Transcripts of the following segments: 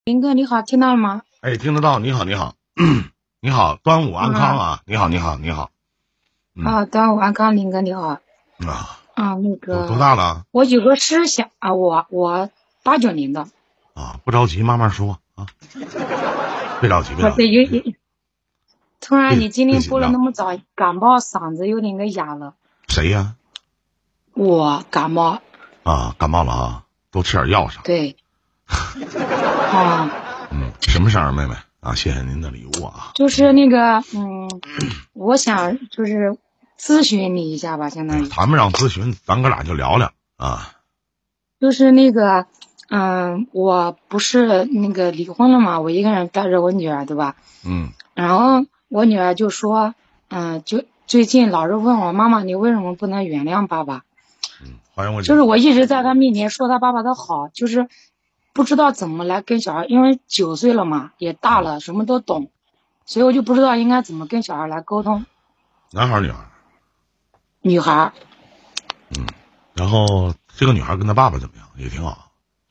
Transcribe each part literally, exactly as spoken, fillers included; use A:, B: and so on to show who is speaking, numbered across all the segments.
A: 林哥你好，听到了吗？
B: 哎，听得到。你好，你好，你好，端午安康啊！你好，你好，你好。嗯、
A: 啊，端午安康，林哥你好。
B: 啊，
A: 啊，那
B: 多多
A: 个
B: 大了？
A: 我有个事想啊，我我八九年的。
B: 啊，不着急，慢慢说啊，别着急，别着
A: 对，有
B: 急。
A: 有。突然
B: 别
A: 你今天播了
B: 别紧张。
A: 那么早，感冒嗓子有点个哑了。
B: 谁呀？
A: 我感冒。
B: 啊，感冒了啊，多吃点药啥。
A: 对。啊，
B: 嗯，什么事儿，妹妹啊？谢谢您的礼物啊。
A: 就是那个嗯，我想就是咨询你一下吧，相当于。
B: 谈不上咨询，咱哥俩就聊聊啊。
A: 就是那个，嗯，我不是那个离婚了嘛，我一个人带着我女儿，对吧？
B: 嗯。
A: 然后我女儿就说，嗯，就最近老是问我妈妈，你为什么不能原谅爸爸？
B: 嗯，欢迎我姐。
A: 就是我一直在她面前说她爸爸的好，就是不知道怎么来跟小孩，因为九岁了嘛，也大了，什么都懂，所以我就不知道应该怎么跟小孩来沟通。
B: 男孩女孩？
A: 女孩。
B: 嗯，然后这个女孩跟她爸爸怎么样？也挺好。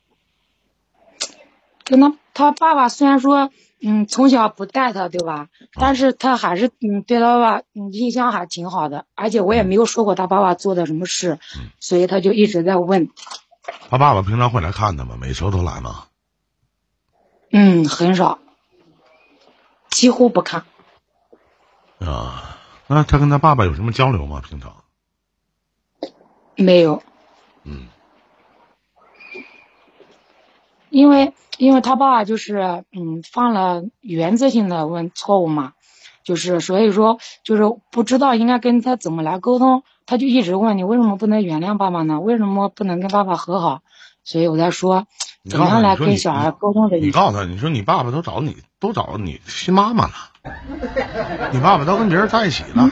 A: 跟他他爸爸虽然说嗯从小不带他，对吧？但是他还是嗯对他爸爸嗯印象还挺好的，而且我也没有说过他爸爸做的什么事，
B: 嗯、
A: 所以他就一直在问。
B: 他爸爸平常会来看他吗？每周都来吗？
A: 嗯，很少，几乎不看。
B: 啊，那他跟他爸爸有什么交流吗？平常？
A: 没有。
B: 嗯。
A: 因为因为他爸就是嗯犯了原则性的问错误嘛，就是所以说就是不知道应该跟他怎么来沟通，他就一直问你为什么不能原谅爸爸呢？为什么不能跟爸爸和好？所以我在说怎么样来跟小孩沟通这
B: 你告诉他，你说你爸爸都找你都找你新妈妈了，你爸爸都跟别人在一起了。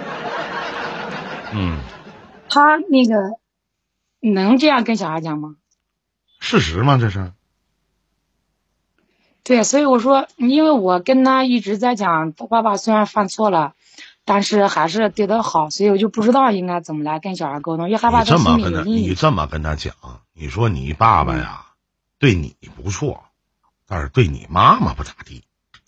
B: 嗯。
A: 他那个能这样跟小孩讲吗？
B: 事实吗？这是。
A: 对，所以我说，因为我跟他一直在讲，他爸爸虽然犯错了，但是还是对他好，所以我就不知道应该怎么来跟小孩沟通，也害怕他心里有阴影。
B: 你这么跟他讲，你说你爸爸呀，嗯、对你不错，但是对你妈妈不咋地，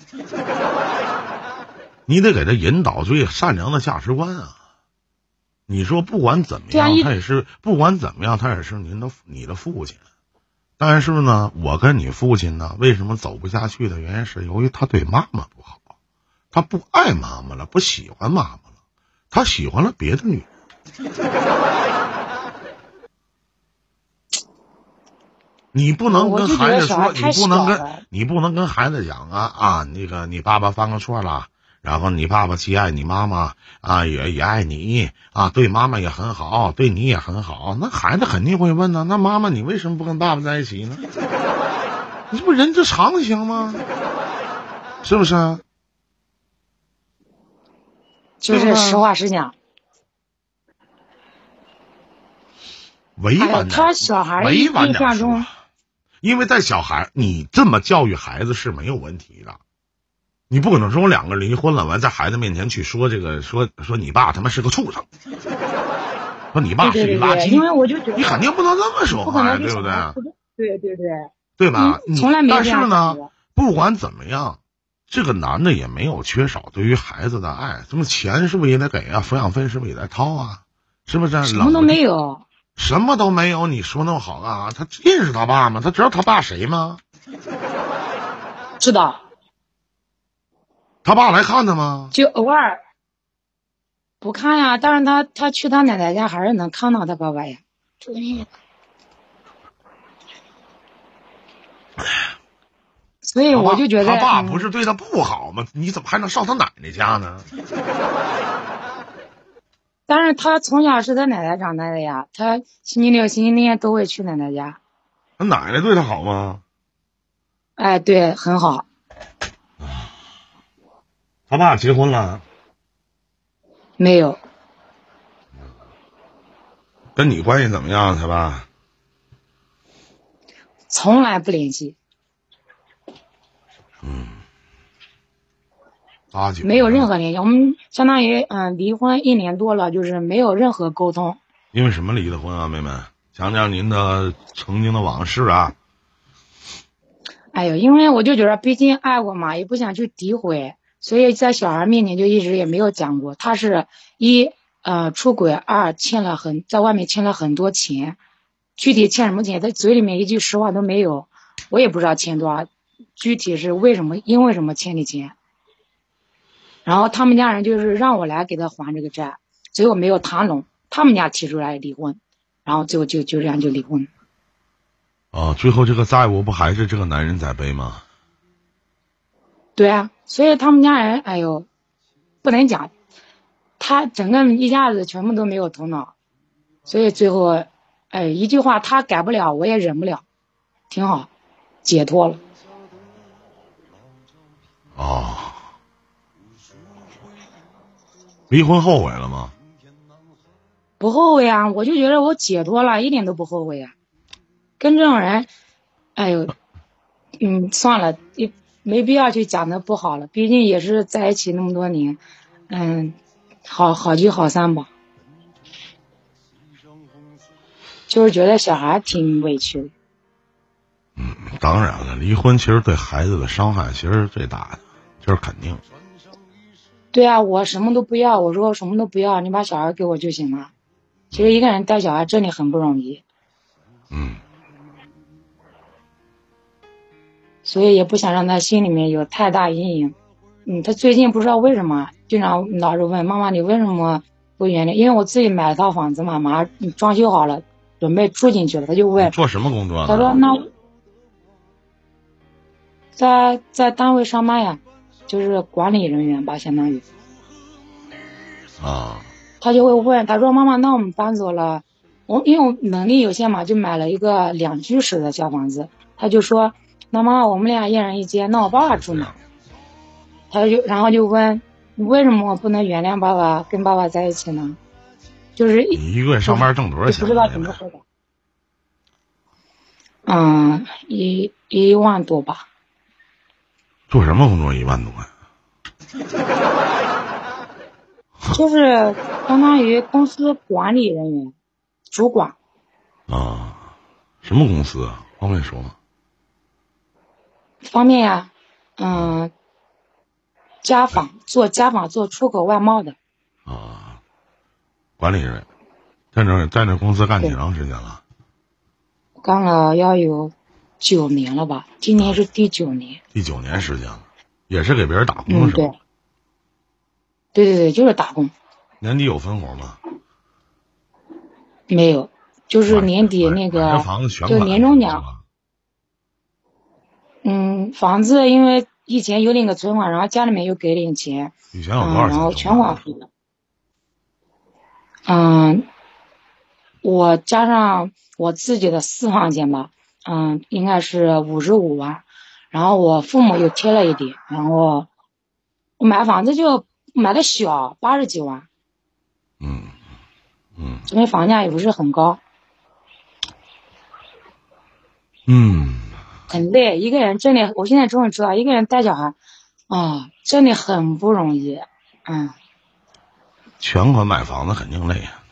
B: 你得给他引导最善良的价值观啊。你说不管怎么样，他也是不管怎么样，他也是您的你的父亲。但是呢，我跟你父亲呢，为什么走不下去的原因是由于他对妈妈不好，他不爱妈妈了，不喜欢妈妈了，他喜欢了别的女人。你不能跟孩子说，你不能跟你不能跟孩子讲啊啊，那个你爸爸犯个错了，然后你爸爸既爱你妈妈啊，也也爱你啊，对妈妈也很好，对你也很好，那孩子肯定会问呢、啊，那妈妈你为什么不跟爸爸在一起呢？你这不人之常情吗？是不是？
A: 就是实话实讲。
B: 委婉点、
A: 哎，他小孩
B: 委婉点
A: 说，
B: 因为在小孩你这么教育孩子是没有问题的。你不可能说我两个离婚了，完在孩子面前去说这个，说说你爸他妈是个畜生，说你爸是一垃圾，
A: 对对对，因为我就觉得
B: 你肯定不能这么说话，对不对？
A: 对对对，
B: 对吧？
A: 嗯、从来没。
B: 但是呢，不管怎么样，这个男的也没有缺少对于孩子的爱，什么钱是不是也得给啊？抚养费是不是也得掏啊？是不是？
A: 什么都没有，
B: 什么都没有。你说那么好干啊？他认识他爸吗？他知道他爸谁吗？
A: 知道。
B: 他爸来看他吗？
A: 就偶尔不看呀，但是他他去他奶奶家还是能看到他爸爸呀。所以我就觉得
B: 他爸不是对他不好吗？嗯、你怎么还能上他奶奶家呢？
A: 但是他从小是他奶奶长大的呀，他星期六、星期天都会去奶奶家。
B: 他奶奶对他好吗？
A: 哎，对，很好。
B: 他爸结婚了？
A: 没有。
B: 跟你关系怎么样？他爸
A: 从来不联系。
B: 嗯，八九
A: 没有任何联系。我们相当于嗯离婚一年多了，就是没有任何沟通。
B: 因为什么离的婚啊，妹妹？讲讲您的曾经的往事啊。
A: 哎呦，因为我就觉得毕竟爱过嘛，也不想去诋毁，所以在小孩面前就一直也没有讲过。他是一呃出轨，二欠了很在外面欠了很多钱，具体欠什么钱，他嘴里面一句实话都没有，我也不知道欠多少，具体是为什么因为什么欠的钱。然后他们家人就是让我来给他还这个债，最后没有谈拢，他们家提出来离婚，然后最后就就这样就离婚。
B: 哦，最后这个债务不还是这个男人在背吗？
A: 对啊，所以他们家人，哎呦，不能讲，他整个一家子全部都没有头脑，所以最后，哎，一句话他改不了，我也忍不了，挺好，解脱了。
B: 哦，离婚后悔了吗？
A: 不后悔啊，我就觉得我解脱了，一点都不后悔啊。跟这种人，哎呦，嗯，算了，也没必要去讲的不好了，毕竟也是在一起那么多年，嗯，好好聚好散吧。就是觉得小孩挺委屈的。
B: 嗯，当然了，离婚其实对孩子的伤害其实是最大的，就是肯定。
A: 对啊，我什么都不要，我说我什么都不要，你把小孩给我就行了。其实一个人带小孩真的很不容易。
B: 嗯。
A: 所以也不想让他心里面有太大阴影。嗯，他最近不知道为什么经常老是问妈妈你为什么不原谅？因为我自己买了套房子嘛，马上装修好了，准备住进去了，他就问
B: 做什么工作呢？
A: 他说那在在单位上班呀，就是管理人员吧，相当于。
B: 啊。
A: 他就会问，他说妈妈，那我们搬走了，我因为我能力有限嘛，就买了一个两居室的小房子。他就说，那妈妈我们俩一人一间，那我爸爸住哪？他就然后就问，你为什么不能原谅爸爸，跟爸爸在一起呢？就是
B: 你一个月上班挣多少钱？
A: 不知道怎么回答。嗯，一一万多吧。
B: 做什么工作一万多呀？
A: 就是相当于公司管理人员，主管。
B: 啊，什么公司啊？方便说吗？
A: 方便呀，嗯，家纺，做家纺，做出口外贸的。
B: 啊，管理人员，在那在那公司干几长时间了？
A: 干了要有九年了吧，今年是第九年。
B: 第九年时间了，也是给别人打工、
A: 嗯、是吧？对对对，就是打工。
B: 年底有分红吗？
A: 没有，就是年底那个就年终奖。嗯，房子因为以前有点个存款，然后家里面又给点钱，
B: 以前有多少钱？
A: 嗯、然后全款付的。嗯，我加上我自己的私房钱吧，嗯，应该是五十五万，然后我父母又贴了一点，然后我买房子就买的小，八十几万。
B: 嗯嗯，
A: 因为房价也不是很高。
B: 嗯，
A: 很累，一个人真的，我现在终于知道，一个人带小孩，啊，真的很不容易。嗯，
B: 全款买房子肯定累啊。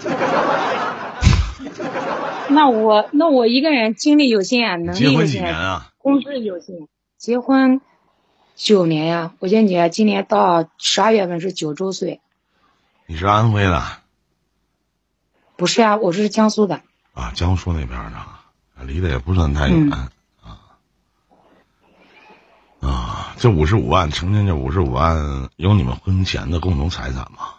A: 那我那我一个人精力有限，能力有限，
B: 结婚几年啊？
A: 工资有限。结婚九年呀，我今年今年到十二月份是九周岁。
B: 你是安徽的？
A: 不是啊，我是江苏的。
B: 啊，江苏那边的，离得也不算太远。嗯、啊啊，这五十五万，成年这五十五万有你们婚前的共同财产吗？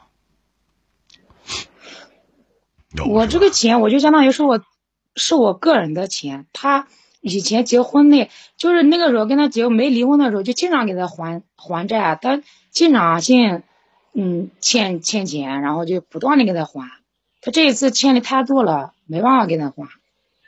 B: 有。
A: 我这个钱我就相当于是我是我个人的钱，他以前结婚那就是那个时候跟他结没离婚的时候就经常给他还还债，他经常性嗯欠欠钱，然后就不断的给他还，他这一次欠的太多了，没办法给他还。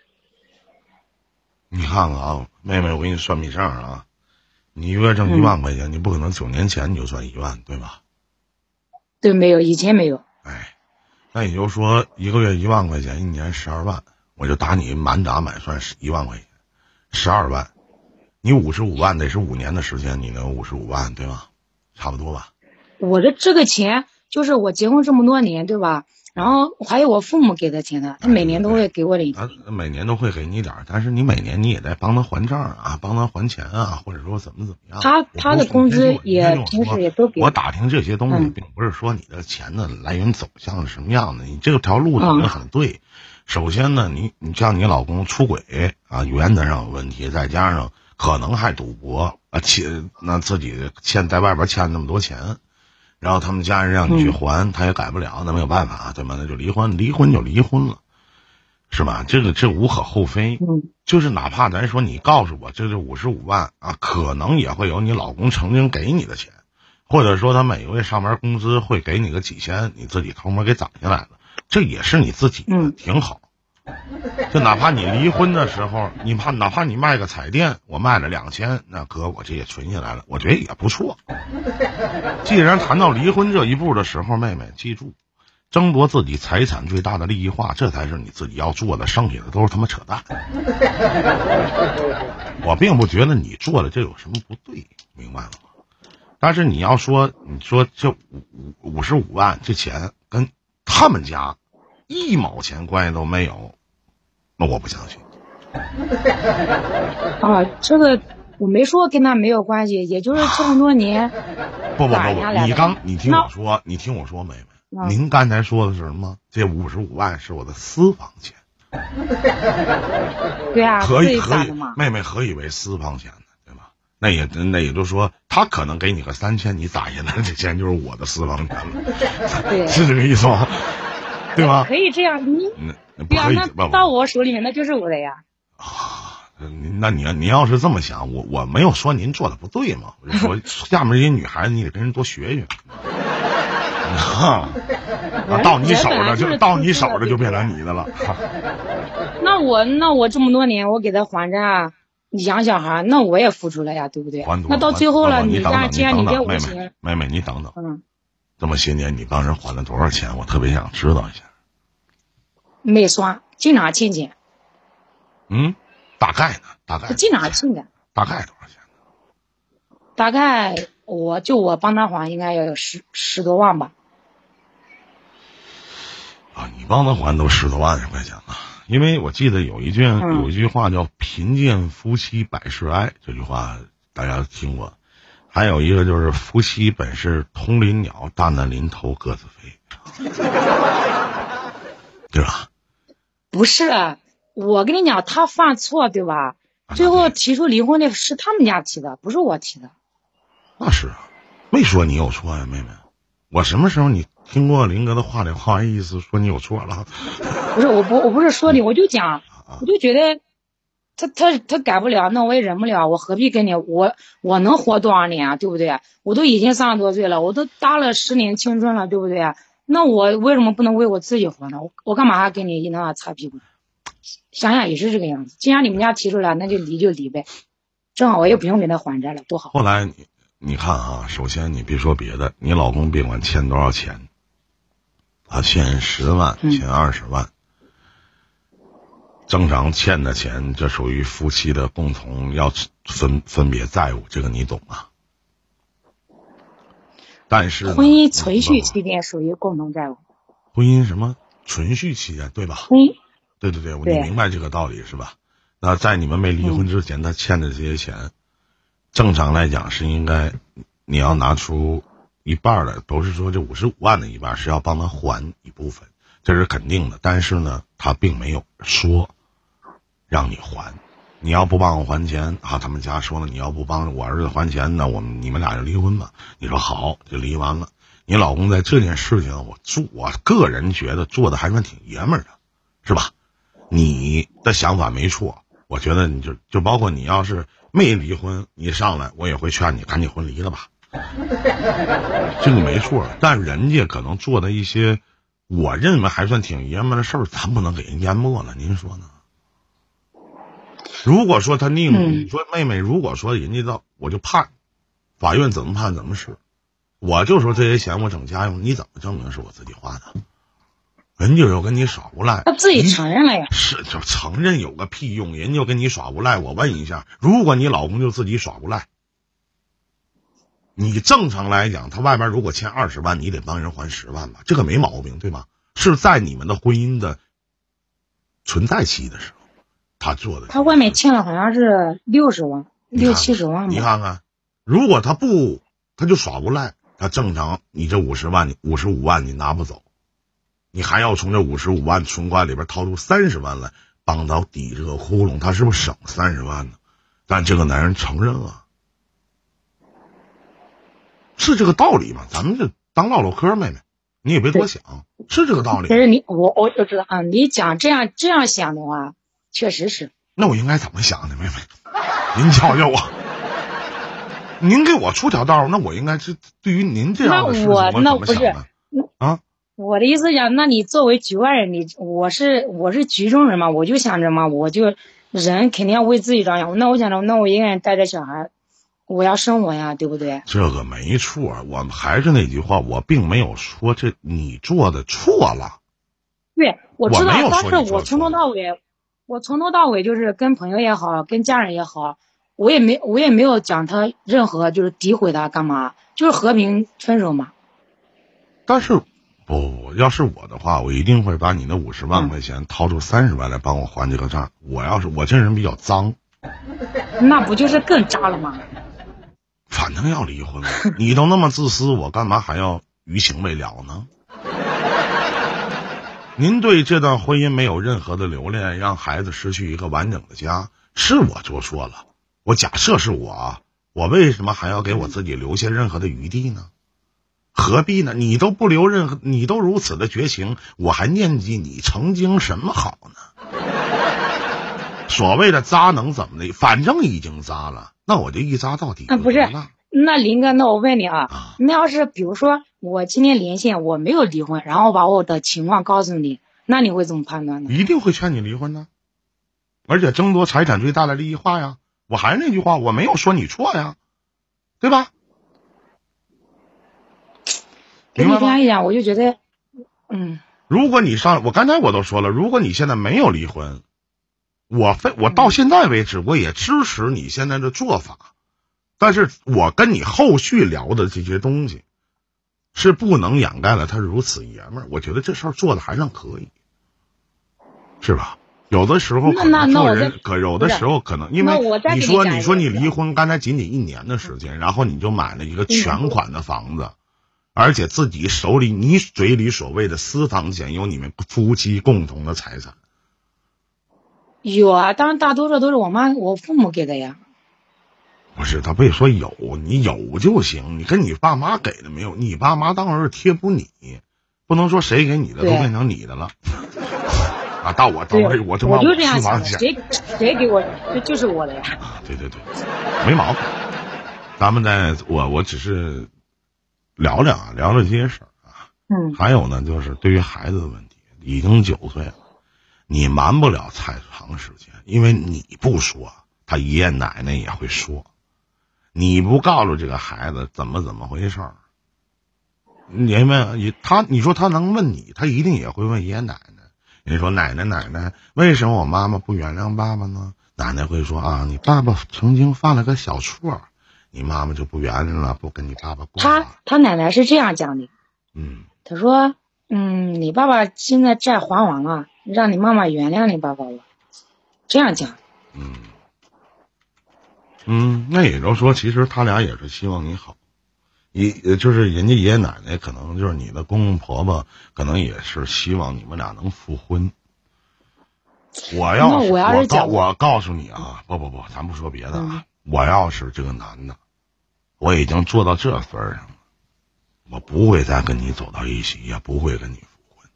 B: 你看看啊，妹妹，我给你算笔账啊，你一个月挣一万块钱、嗯、你不可能九年前你就赚一万，对吧？
A: 对，没有，以前没有。
B: 哎，那也就是说一个月一万块钱，一年十二万，我就打你满打满算是一万块钱，十二万，你五十五万得是五年的时间，你能五十五万，对吧？差不多吧。
A: 我的这个钱就是我结婚这么多年，对吧？ 然后还有我父母给的钱呢，他每年都会给我点钱。
B: 他每年都会给你点，但是你每年你也得帮他还账啊，帮他还钱啊，或者说怎么怎么样。
A: 他他的工资也平时也都给。
B: 我打听这些东西，并不是说你的钱的来源走向是什么样的，你这条路走得很对。嗯、首先呢，你你像你老公出轨啊，原则上有问题，再加上可能还赌博啊，欠那自己欠在外边欠那么多钱。然后他们家人让你去还，嗯、他也改不了，那没有办法，对吗？那就离婚，离婚就离婚了，是吧？这个这无可厚非。
A: 嗯，
B: 就是哪怕咱说你告诉我这是五十五万啊，可能也会有你老公曾经给你的钱，或者说他每个月上班工资会给你个几千，你自己偷摸给攒下来了，这也是你自己的，
A: 嗯、
B: 挺好。就哪怕你离婚的时候，你怕哪怕你卖个彩电，我卖了两千，那哥我这也存下来了，我觉得也不错。既然谈到离婚这一步的时候，妹妹记住，争夺自己财产最大的利益化，这才是你自己要做的，剩下的都是他妈扯淡。我并不觉得你做的这有什么不对，明白了吗？但是你要说，你说这五五五十五万这钱跟他们家一毛钱关系都没有，那我不相信。
A: 啊，这个我没说跟他没有关系，也就是这么多年
B: 不不不不，你刚你听我说，你听我说，妹妹，嗯、您刚才说的是什么？这五十五万是我的私房钱。
A: 对啊，
B: 何以何以妹妹何以为私房钱呢？对吧？那也那也就是说，他可能给你个三千，你攒下来这钱就是我的私房钱了，
A: 对，
B: 是这个意思吗？对吧？
A: 可以这样，你对啊，那到我手里面那就是我的呀。
B: 啊，那你你要是这么想，我我没有说您做的不对嘛，我就说下面这些女孩子你得跟人多学学。啊，到你手了就到你手了就变成你的了。
A: 那我那我这么多年我给他还着，你养小孩，那我也付出了呀，对不对？那到最后了，
B: 你
A: 家既然你给我
B: 钱，妹妹妹妹你等等，
A: 嗯，
B: 这么些年你帮人还了多少钱？我特别想知道一下。
A: 没算，经常欠钱。
B: 嗯，大概呢？大概
A: 经常欠的。
B: 大概多少钱呢？
A: 大概我就我帮他还，应该要有十十多万吧。
B: 啊，你帮他还都十多万块钱了，因为我记得有一句、嗯、有一句话叫“贫贱夫妻百事哀”，这句话大家听过。还有一个就是“夫妻本是同林鸟，大难临头各自飞”，对吧？
A: 不是，我跟你讲，他犯错对吧？最后提出离婚的是他们家提的，不是我提的。
B: 那是啊，没说你有错呀，妹妹。我什么时候你听过林哥的话里话意思说你有错了？
A: 不是，我不我不是说你，我就讲，我就觉得他他他改不了，那我也忍不了，我何必跟你我我能活多少年啊？对不对？我都已经三十多岁了，我都搭了十年青春了，对不对？那我为什么不能为我自己活呢？我我干嘛还跟你一那样擦屁股？想想也是这个样子。既然你们家提出来，那就离就离呗，正好我也不用给他还债了，多好。
B: 后来你你看啊，首先你别说别的，你老公别管欠多少钱，他欠十万，欠二十万，嗯、正常欠的钱，这属于夫妻的共同要分分别债务，这个你懂啊？但是
A: 婚姻存续期间属于共同债务。
B: 婚姻什么存续期间，对吧？
A: 婚姻，
B: 对对对，你明白这个道理是吧？那在你们没离婚之前，嗯、他欠的这些钱，正常来讲是应该你要拿出一半的，都是说这五十五万的一半是要帮他还一部分，这是肯定的。但是呢，他并没有说让你还。你要不帮我还钱啊，他们家说了，你要不帮我儿子还钱，那我们你们俩就离婚吧。你说好，就离完了。你老公在这件事情，我做我个人觉得做的还算挺爷们儿的，是吧？你的想法没错，我觉得你就就包括你要是没离婚，你上来我也会劝你赶紧婚离了吧，这个没错。但人家可能做的一些我认为还算挺爷们儿的事儿，咱不能给人淹没了，您说呢？如果说他宁，
A: 嗯、
B: 你说妹妹，如果说人家到我就判，法院怎么判怎么是，我就说这些钱我整家用，你怎么证明是我自己花的？人就有跟你耍无赖，
A: 他自己承认了呀。
B: 是，就承认有个屁用，人就跟你耍无赖。我问一下，如果你老公就自己耍无赖，你正常来讲，他外边如果欠二十万，你得帮人还十万吧，这个没毛病，对吧？ 是在你们的婚姻的存在期的时候，他做的。
A: 他外面欠了好像是六十万，六七十万吧。
B: 你看看，如果他不，他就耍无赖，他正常，你这五十万，你五十五万你拿不走，你还要从这五十五万存款里边掏出三十万来帮到抵这个窟窿，他是不是省三十万呢？但这个男人承认了，是这个道理吗？咱们这当唠唠嗑，妹妹，你也别多想，是这个道理。
A: 可是你我我就知道啊，你讲这样这样想的话，确实是。
B: 那我应该怎么想的，妹妹？您教教我，您给我出条道，那我应该是对于您这样的事情，我怎么想的？啊？
A: 我的意思讲，那你作为局外人，你我是我是局中人嘛，我就想着嘛，我就人肯定要为自己着想。那我想着，那我一个人带着小孩，我要生活呀，对不对？
B: 这个没错，我还是那句话，我并没有说这你做的错了。
A: 对，我知道，但是
B: 我
A: 我从头到尾，我从头到尾就是跟朋友也好，跟家人也好，我也没我也没有讲他任何就是诋毁他干嘛，就是和平分手嘛。
B: 但是不，要是我的话，我一定会把你那五十万块钱掏出三十万来帮我还这个账。嗯、我要是我这人比较脏，
A: 那不就是更渣了吗？
B: 反正要离婚了，你都那么自私，我干嘛还要余情未了呢？您对这段婚姻没有任何的留恋，让孩子失去一个完整的家，是我做错了。我假设是我，我为什么还要给我自己留下任何的余地呢？何必呢？你都不留任何，你都如此的绝情，我还念记你曾经什么好呢？所谓的渣能怎么的？反正已经渣了，那我就一渣到底。
A: 啊，不是，那林哥，那我问你啊，
B: 啊
A: 那要是比如说我今天连线，我没有离婚，然后把我的情况告诉你，那你会怎么判断呢？
B: 一定会劝你离婚的，而且争夺财产最大的利益化呀。我还是那句话，我没有说你错呀，对吧？
A: 跟你这样一讲，我就觉得，嗯，
B: 如果你上，我刚才我都说了，如果你现在没有离婚，我非我到现在为止，我也支持你现在的做法，但是我跟你后续聊的这些东西，是不能掩盖了他如此爷们儿。我觉得这事儿做的还算可以，是吧？有的时候可能做人，可有的时候可能因为你说你说你离婚，刚才仅仅一年的时间，然后你就买了一个全款的房子。而且自己手里，你嘴里所谓的私房钱，有你们夫妻共同的财产。
A: 有啊，当然大多数都是我妈、我父母给的呀。
B: 不是，他别说有，你有就行。你跟你爸妈给的没有，你爸妈当然是贴补你，不能说谁给你的都变成你的了。啊，到我兜里，我这
A: 我就这样想，谁谁给我的，就是我的呀。
B: 啊，对对对，没毛病。咱们在我我只是。聊聊啊，聊聊这些事儿啊。
A: 嗯。
B: 还有呢，就是对于孩子的问题，已经九岁了，你瞒不了太长时间，因为你不说，他爷爷奶奶也会说。你不告诉这个孩子怎么怎么回事儿，因为他，你说他能问你，他一定也会问爷爷奶奶。你说奶奶奶奶，为什么我妈妈不原谅爸爸呢？奶奶会说啊，你爸爸曾经犯了个小错。你妈妈就不原谅了，不跟你爸爸过。
A: 他他奶奶是这样讲的，
B: 嗯，
A: 他说，嗯，你爸爸现在债还完了，让你妈妈原谅你爸爸了，这样讲。
B: 嗯嗯，那也就是说，其实他俩也是希望你好，也就是人家爷爷奶奶可能就是你的公公婆婆，可能也是希望你们俩能复婚。我要是
A: 我要是
B: 我告我告诉你啊，不不不，咱不说别的啊。嗯，我要是这个男的，我已经做到这份上了，我不会再跟你走到一起，也不会跟你复婚。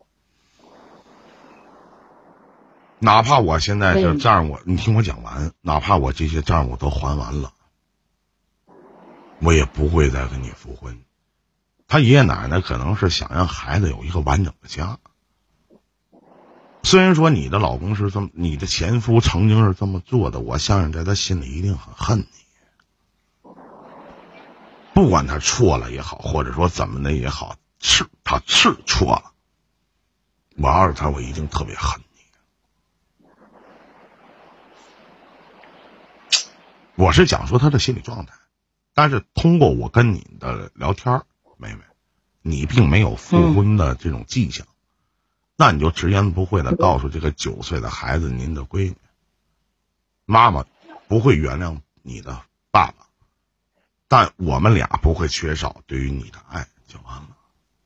B: 哪怕我现在这账我，你听我讲完，哪怕我这些账我都还完了，我也不会再跟你复婚。他爷爷奶奶可能是想让孩子有一个完整的家。虽然说你的老公是这么，你的前夫曾经是这么做的，我相信在他心里一定很恨你。不管他错了也好，或者说怎么的也好，是他是错了。我要是他，我一定特别恨你。我是讲说他的心理状态，但是通过我跟你的聊天，妹妹，你并没有复婚的这种迹象。嗯， 那你就直言不讳的告诉这个九岁的孩子，您的闺女，妈妈不会原谅你的爸爸，但我们俩不会缺少对于你的爱，就完了。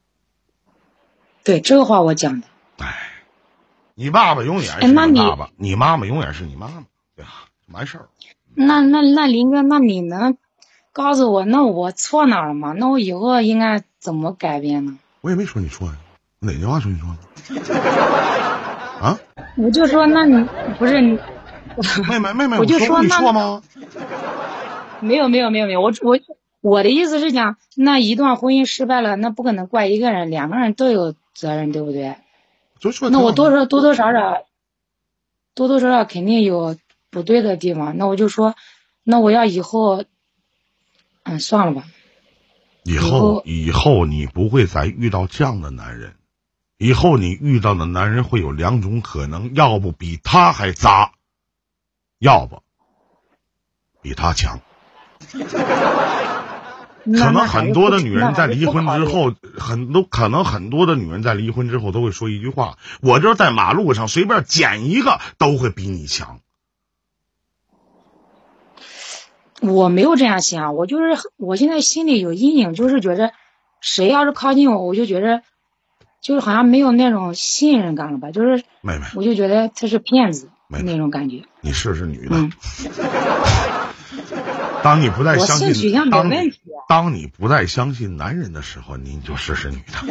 A: 对，这个话我讲的。
B: 哎，你爸爸永远是你爸爸，你, 你妈妈永远是你妈妈，对吧？完事儿。
A: 那那那林哥，那你能告诉我，那我错哪了吗？那我以后应该怎么改变呢？
B: 我也没说你错呀，哪句话说你错呢？啊？
A: 我就说，那你不是你，
B: 妹妹妹妹，
A: 我就说
B: 你错吗？
A: 没有没有没有没有，我我我的意思是讲，那一段婚姻失败了，那不可能怪一个人，两个人都有责任，对不对？
B: 就说
A: 那我多少多多少少，多多少少肯定有不对的地方。那我就说，那我要以后，嗯，算了吧。
B: 以后以后你不会再遇到这样的男人，以后你遇到的男人会有两种可能，要不比他还渣，要不比他强。可能很多的女人在离婚之后，很多可能很多的女人在离婚之后都会说一句话：我这在马路上随便捡一个都会比你强。
A: 我没有这样想，我就是我现在心里有阴影，就是觉得谁要是靠近我，我就觉得就是好像没有那种信任感了吧，就是
B: 妹妹，
A: 我就觉得他是骗子那种感觉。
B: 你是是女的。嗯当你不再相信，
A: 性取向没问题、
B: 啊、当你不再相信男人的时候，你就试试女的。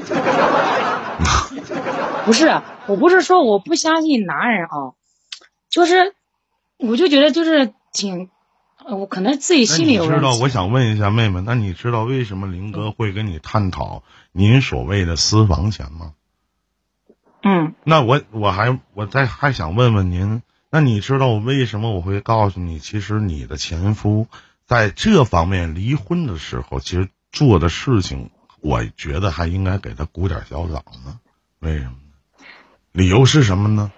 A: 不是，我不是说我不相信男人啊，就是我就觉得就是挺，我可能自己心里有问题。
B: 你知道，我想问一下妹妹，那你知道为什么林哥会跟你探讨您所谓的私房钱吗？
A: 嗯。
B: 那我我还我再还想问问您，那你知道为什么我会告诉你，其实你的前夫在这方面离婚的时候，其实做的事情，我觉得还应该给他鼓点小掌呢。为什么呢？理由是什么呢？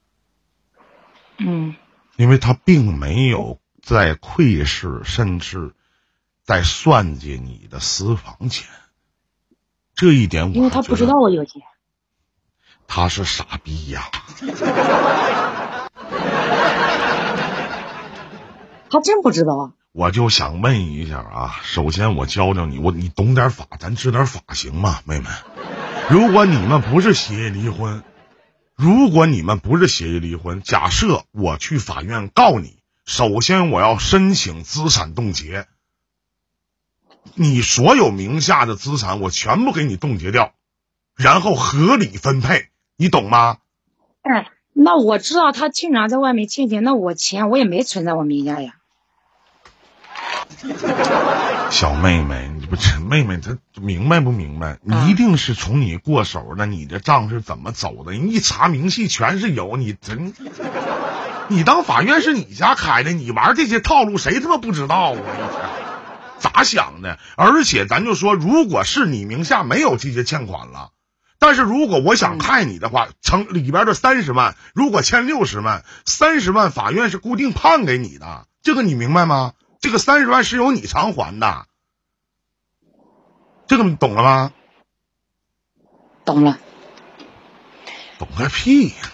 A: 嗯，
B: 因为他并没有在窥视，甚至在算计你的私房钱。这一点我
A: 因为他不知道我有钱。
B: 他是傻逼呀。
A: 他真不知道啊。
B: 我就想问一下啊，首先我教教你，我你懂点法，咱知点法行吗，妹妹？如果你们不是协议离婚，如果你们不是协议离婚，假设我去法院告你，首先我要申请资产冻结，你所有名下的资产我全部给你冻结掉，然后合理分配，你懂吗？
A: 哎，那我知道他经常在外面欠钱，那我钱我也没存在我名下呀。
B: 小妹妹，你不这妹妹她明白不明白？你一定是从你过手的，你的账是怎么走的？你一查明细全是有，你真，你当法院是你家开的，你玩这些套路谁他妈不知道啊？一天咋想的？而且咱就说，如果是你名下没有这些欠款了，但是如果我想害你的话，成里边的三十万，如果欠六十万，三十万法院是固定判给你的，这个你明白吗？这个三十万是由你偿还的，这个你懂了吗？
A: 懂了。
B: 懂个屁呀！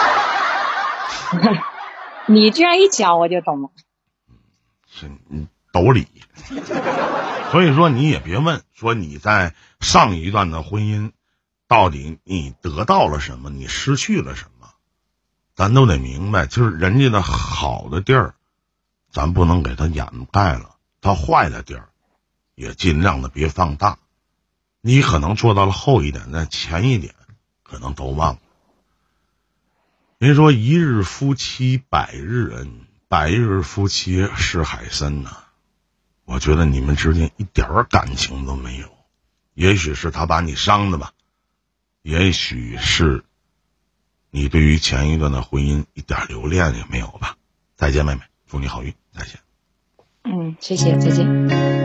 A: 你这样一讲我就懂了。
B: 是你懂理。所以说你也别问说你在上一段的婚姻到底你得到了什么，你失去了什么，咱都得明白，就是人家的好的地儿咱不能给他掩盖了，他坏的地儿也尽量的别放大。你可能做到了后一点，但前一点可能都忘了。人说一日夫妻百日恩，百日夫妻是海深呐、啊。我觉得你们之间一点感情都没有，也许是他把你伤的吧，也许是你对于前一段的婚姻一点留恋也没有吧。再见妹妹，祝你好运，再见。
A: 嗯，谢谢，再见。